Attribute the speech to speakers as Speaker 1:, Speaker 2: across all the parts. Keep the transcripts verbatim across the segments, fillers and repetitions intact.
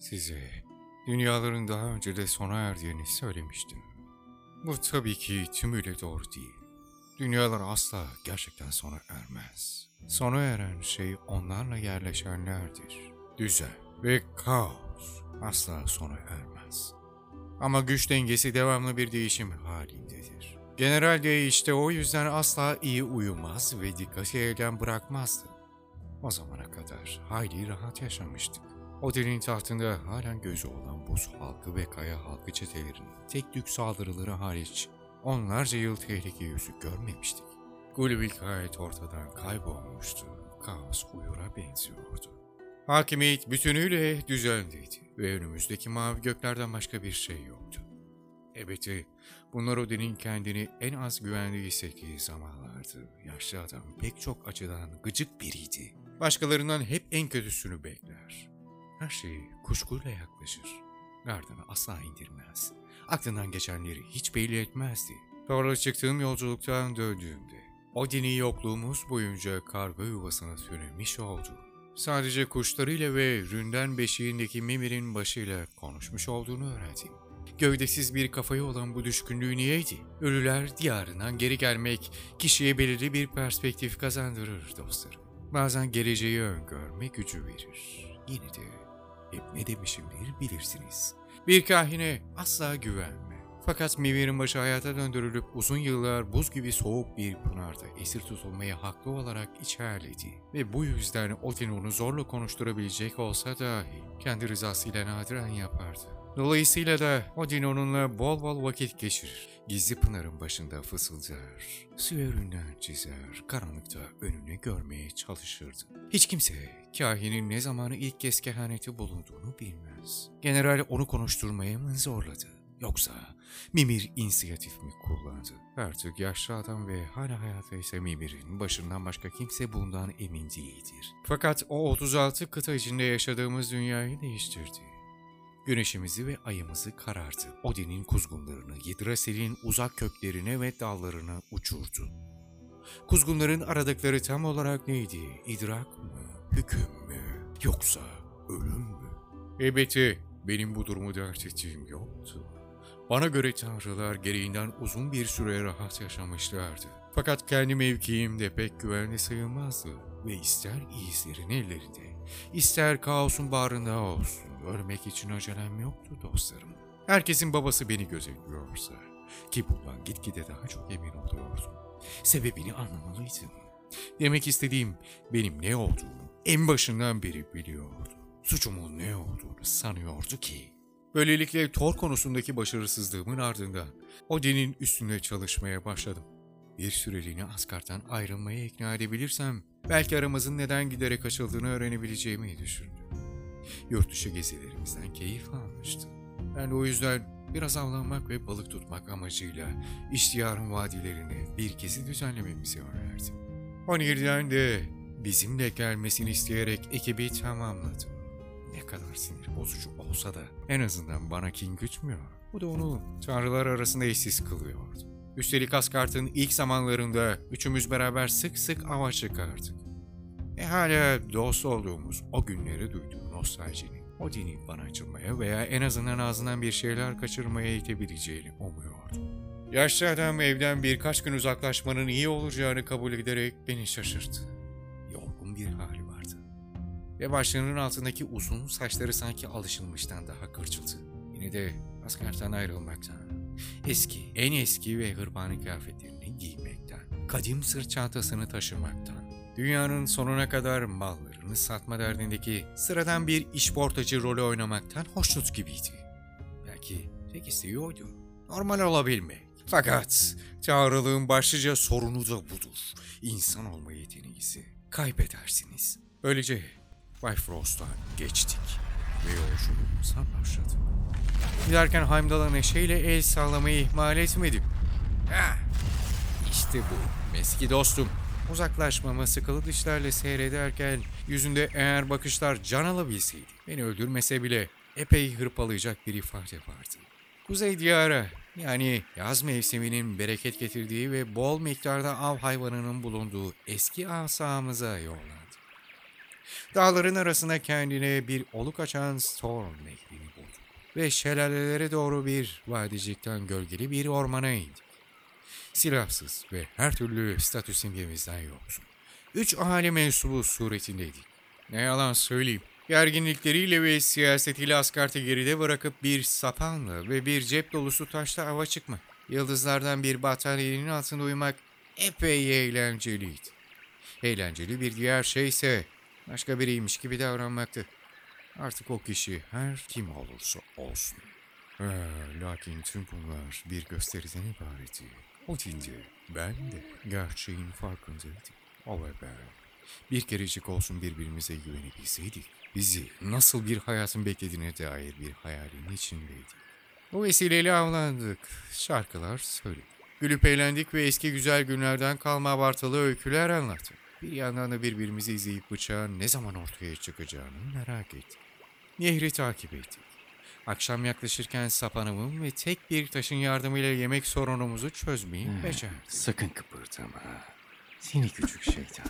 Speaker 1: Size dünyaların daha önce de sona erdiğini söylemiştim. Bu tabii ki tümüyle doğru değil. Dünyalar asla gerçekten sona ermez. Sona eren şey onlarla yerleşenlerdir. Düzen ve kaos asla sona ermez. Ama güç dengesi devamlı bir değişim halindedir. Genelde işte o yüzden asla iyi uyumaz ve dikkati elden bırakmazdı. O zamana kadar hayli rahat yaşamıştık. Otelin tahtında halen gözü olan buz halkı ve kaya halkı çetelerinin tek tük saldırıları hariç onlarca yıl tehlike yüzü görmemiştik. Gulliver gayet ortadan kaybolmuştu. Kaos uyura benziyordu. Hakimiyet bütünüyle düzendeydi ve önümüzdeki mavi göklerden başka bir şey yoktu. Elbette bunlar Odin'in kendini en az güvende hissettiği zamanlardı. Yaşlı adam pek çok açıdan gıcık biriydi. Başkalarından hep en kötüsünü bekler. Her şeyi kuşkuyla yaklaşır. Gardını asla indirmez. Aklından geçenleri hiç belli etmezdi. Sonra çıktığım yolculuktan döndüğümde Odin'i yokluğumuz boyunca karga yuvasına tünemiş oldu. Sadece kuşlarıyla ve ründen beşiğindeki Mimir'in başıyla konuşmuş olduğunu öğrendim. Gövdesiz bir kafayı olan bu düşkünlüğü niyeydi? Ölüler diyarından geri gelmek kişiye belirli bir perspektif kazandırır dostlarım. Bazen geleceği öngörme gücü verir. Yine de hep ne demişimdir bilirsiniz. Bir kahine asla güvenme. Fakat Mimir'in başı hayata döndürülüp uzun yıllar buz gibi soğuk bir pınarda esir tutulmaya haklı olarak içerledi. Ve bu yüzden Odin onu zorla konuşturabilecek olsa dahi kendi rızasıyla nadiren yapardı. Dolayısıyla da Odin onunla bol bol vakit geçirir. Gizli pınarın başında fısıldar, suya üründen çizer, karanlıkta önünü görmeye çalışırdı. Hiç kimse kahinin ne zamanı ilk kez kehaneti bulunduğunu bilmez. General onu konuşturmaya mı zorladı? Yoksa Mimir inisiyatif mi kullandı? Artık yaşlı adam ve hala hayatta ise Mimir'in başından başka kimse bundan emin değildir. Fakat o otuz altı kıta içinde yaşadığımız dünyayı değiştirdi. Güneşimizi ve ayımızı kararttı. Odin'in kuzgunlarını Yggdrasil'in uzak köklerine ve dallarına uçurdu. Kuzgunların aradıkları tam olarak neydi? İdrak mı? Hüküm mü? Yoksa ölüm mü? Elbette benim bu durumu dert ettiğim yoktu. Bana göre tanrılar gereğinden uzun bir süre rahat yaşamışlardı. Fakat kendi mevkiim de pek güvenli sayılmazdı. Ve ister iyislerin ellerinde, ister kaosun bağrında olsun, ölmek için acelem yoktu dostlarım. Herkesin babası beni gözetliyorsa, ki bundan gitgide daha çok emin oluyordum. Sebebini anlamalıydım. Demek istediğim benim ne olduğumu en başından beri biliyordu. Suçumun ne olduğunu sanıyordu ki. Böylelikle Thor konusundaki başarısızlığımın ardından Odin'in üstünde çalışmaya başladım. Bir süreliğine Asgard'dan ayrılmaya ikna edebilirsem belki aramızın neden giderek açıldığını öğrenebileceğimi düşündüm. Yurt dışı gezilerimizden keyif almıştım. Ben de o yüzden biraz avlanmak ve balık tutmak amacıyla İştiyar'ın vadilerini bir kezi düzenlememizi önerdim. Onir'den de bizimle gelmesini isteyerek ekibi tamamladım. Ne kadar sinir bozucu olsa da en azından bana kin gütmüyor. Bu da onu tanrılar arasında eşsiz kılıyordu. Üstelik Asgard'ın ilk zamanlarında üçümüz beraber sık sık ava çıkardık. E hala dost olduğumuz o günleri duyduğum nostaljinin Odin'i bana açılmaya veya en azından ağzından bir şeyler kaçırmaya itebileceğini umuyordum. Yaşlı adam evden birkaç gün uzaklaşmanın iyi olacağını kabul ederek beni şaşırttı. Yorgun bir hali vardı. Ve başlığının altındaki uzun saçları sanki alışılmıştan daha kırçıldı. Yine de Asgard'dan ayrılmaktan, eski, en eski ve hırpani kıyafetlerini giymekten, kadim sırt çantasını taşımaktan, dünyanın sonuna kadar mallarını satma derdindeki sıradan bir işportacı rolü oynamaktan hoşnut gibiydi. Belki tek isteği oydu. Normal olabilmek. Fakat tanrılığın başlıca sorunu da budur. İnsan olma yeteneğinizi kaybedersiniz. Böylece Bifrost'tan geçtik ve yolculuğumuza başladık. Giderken Heimdall'a neşeyle el sallamayı ihmal etmedim. Ha, işte bu eski dostum. Uzaklaşmama sıkılı dişlerle seyrederken yüzünde eğer bakışlar can alabilseydi, beni öldürmese bile epey hırpalayacak bir ifade vardı. Kuzey diyarı, yani yaz mevsiminin bereket getirdiği ve bol miktarda av hayvanının bulunduğu eski av sahamıza yollandı. Dağların arasına kendine bir oluk açan Storm nehrini buldu. Ve şelalelere doğru bir vadicikten gölgeli bir ormana indi. Silahsız ve her türlü statü simgemizden yoksun. Üç aile mensubu suretindeydik. Ne yalan söyleyeyim. Gerginlikleriyle ve siyasetiyle Asgard'ı geride bırakıp bir sapanla ve bir cep dolusu taşla ava çıkmak. Yıldızlardan bir battaniyenin altında uyumak epey eğlenceliydi. Eğlenceli bir diğer şey ise başka biriymiş gibi davranmaktı. Artık o kişi her kim olursa olsun. Ee, lakin tüm bunlar bir gösteriden ibaretti. O dinde ben de gerçeğin farkındaydım. O ve ben. Bir kerecik olsun birbirimize güvenebilseydik, bizi nasıl bir hayatın beklediğine dair bir hayalin içindeydik. Bu vesileyle avlandık, şarkılar söyledik. Gülüp eğlendik ve eski güzel günlerden kalma abartılı öyküler anlattık. Bir yandan da birbirimizi izleyip bıçağın ne zaman ortaya çıkacağını merak ettik. Nehri takip ettik. Akşam yaklaşırken sapanımın ve tek bir taşın yardımıyla yemek sorunumuzu çözmeyi
Speaker 2: Hmm,
Speaker 1: becerdik.
Speaker 2: sakın kıpırdama. Seni küçük şeytan.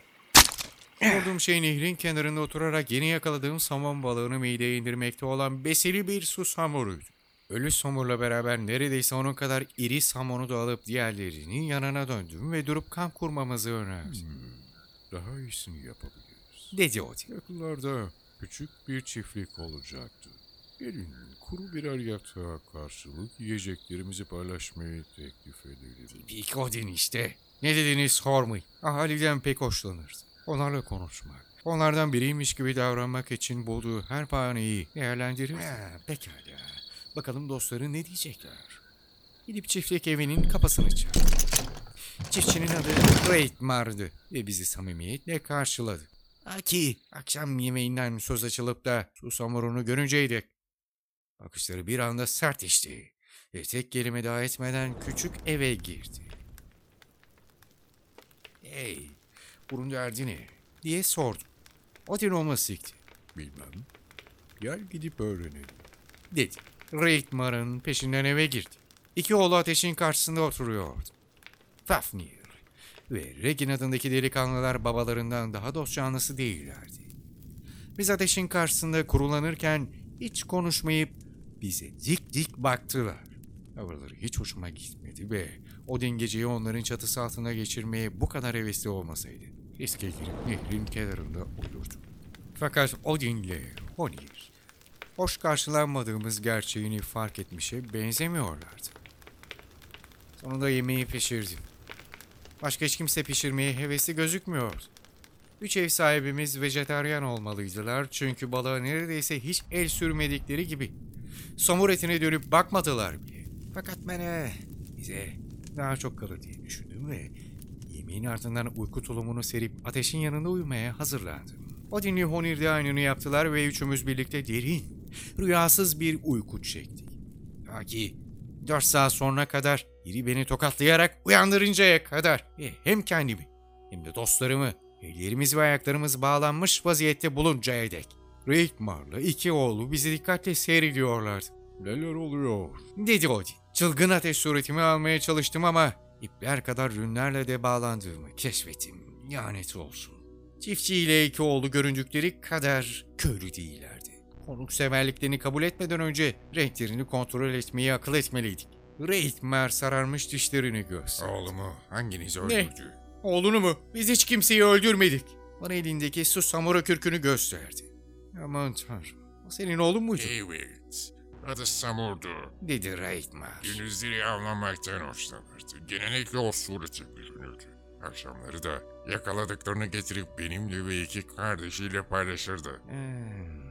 Speaker 1: Sorduğum şey nehrin kenarında oturarak yeni yakaladığım somon balığını mideye indirmekte olan besili bir su samuruydu. Ölü samurla beraber neredeyse onun kadar iri samonu da alıp diğerlerinin yanına döndüm ve durup kamp kurmamızı önerdim.
Speaker 3: Daha iyisini yapabiliriz.
Speaker 1: Dedi Odin.
Speaker 3: Yakınlarda küçük bir çiftlik olacaktı. Gelin kuru birer yatağa karşılık yiyeceklerimizi paylaşmayı teklif edelim.
Speaker 1: İlk Odin işte. Ne dediğini sormayın. Ahaliden pek hoşlanırdı. Onlarla konuşmak, onlardan biriymiş gibi davranmak için bulduğu her bahaneyi değerlendirirdi. Ha, pekala. Bakalım dostları ne diyecekler. Gidip çiftlik evinin kapısını çaldı. Çiftçinin adı Reitmar'dı ve bizi samimiyetle karşıladı. Aki, akşam yemeğinden söz açılıp da susamurunu görünceydik. Bakışları bir anda sertleşti ve tek kelime daha etmeden küçük eve girdi. Hey, burun derdi ne? Diye sordu. Odin olması sikti.
Speaker 3: Bilmem. Gel gidip öğrenelim.
Speaker 1: Dedi. Reitmar'ın peşinden eve girdi. İki oğlu ateşin karşısında oturuyordu. Fafnir ve Regin adındaki delikanlılar babalarından daha dost canlısı değillerdi. Biz ateşin karşısında kurulanırken hiç konuşmayıp bize dik dik baktılar. Tavırları hiç hoşuma gitmedi ve Odin geceyi onların çatısı altında geçirmeye bu kadar hevesli olmasaydı riske girip nehrin kenarında olurdu. Fakat Odin'le Honir hoş karşılanmadığımız gerçeğini fark etmişe benzemiyorlardı. Sonunda yemeği pişirdim. Başka hiç kimse pişirmeye hevesli gözükmüyordu. Üç ev sahibimiz vejetaryen olmalıydılar çünkü balığa neredeyse hiç el sürmedikleri gibi. Somur etine dönüp bakmadılar bile. Fakat ben eh, bize daha çok kalır diye düşündüm ve yemeğin ardından uyku tulumunu serip ateşin yanında uyumaya hazırlandım. Odin'le Honir de aynını yaptılar ve üçümüz birlikte derin, rüyasız bir uyku çektik. Ta ki dört saat sonra kadar biri beni tokatlayarak uyandırıncaya kadar ve hem kendimi hem de dostlarımı ellerimiz ve ayaklarımız bağlanmış vaziyette buluncaya dek. Reitmar'la iki oğlu bizi dikkatle seyrediyorlardı.
Speaker 3: Neler oluyor?
Speaker 1: Dedi Odin. Çılgın ateş suretimi almaya çalıştım ama ipler kadar rünlerle de bağlandığımı keşfettim. Lanet olsun. Çiftçi ile iki oğlu göründükleri kadar köylü değillerdi. Konukseverliklerini kabul etmeden önce renklerini kontrol etmeyi akıl etmeliydik. Reitmar sararmış dişlerini gösterdi.
Speaker 3: Oğlumu hanginiz
Speaker 1: Ne?
Speaker 3: öldürdü?
Speaker 1: Oğlunu mu? Biz hiç kimseyi öldürmedik. Bana elindeki su samura kürkünü gösterdi. Aman tanrım. O senin oğlun muydu?
Speaker 3: Evet. Adı Samur'du.
Speaker 1: Dedi Reitmar.
Speaker 3: Gündüzleri avlanmaktan hoşlanırdı. Genellikle o sureti bürünürdü. Akşamları da yakaladıklarını getirip benimle ve iki kardeşiyle paylaşırdı.
Speaker 1: Hmm.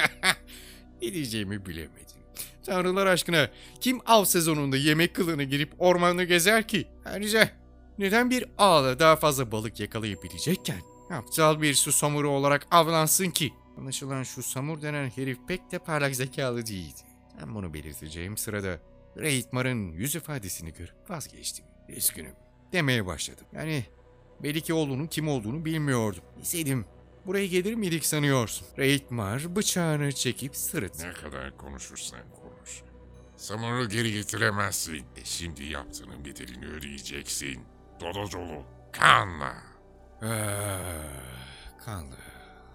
Speaker 1: Ne diyeceğimi bilemedim. Tanrılar aşkına kim av sezonunda yemek kılığına girip ormanı gezer ki? Ayrıca neden bir ağla daha fazla balık yakalayabilecekken aptal bir su samuru olarak avlansın ki? Anlaşılan şu samur denen herif pek de parlak zekalı değildi. Ben bunu belirteceğim sırada Reitmar'ın yüz ifadesini görüp vazgeçtim. Üzgünüm demeye başladım. Yani belli ki oğlunun kim olduğunu bilmiyordum. Bilseydim buraya gelir miydik sanıyorsun? Reitmar bıçağını çekip sırıttı.
Speaker 3: Ne kadar konuşursan konuş. Samur'u geri getiremezsin. E şimdi yaptığının bedelini ödeyeceksin. Dolu dolu. Kanla.
Speaker 1: Ah, kanlı.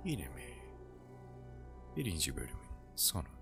Speaker 1: Yine mi? Birinci bölümün sonu.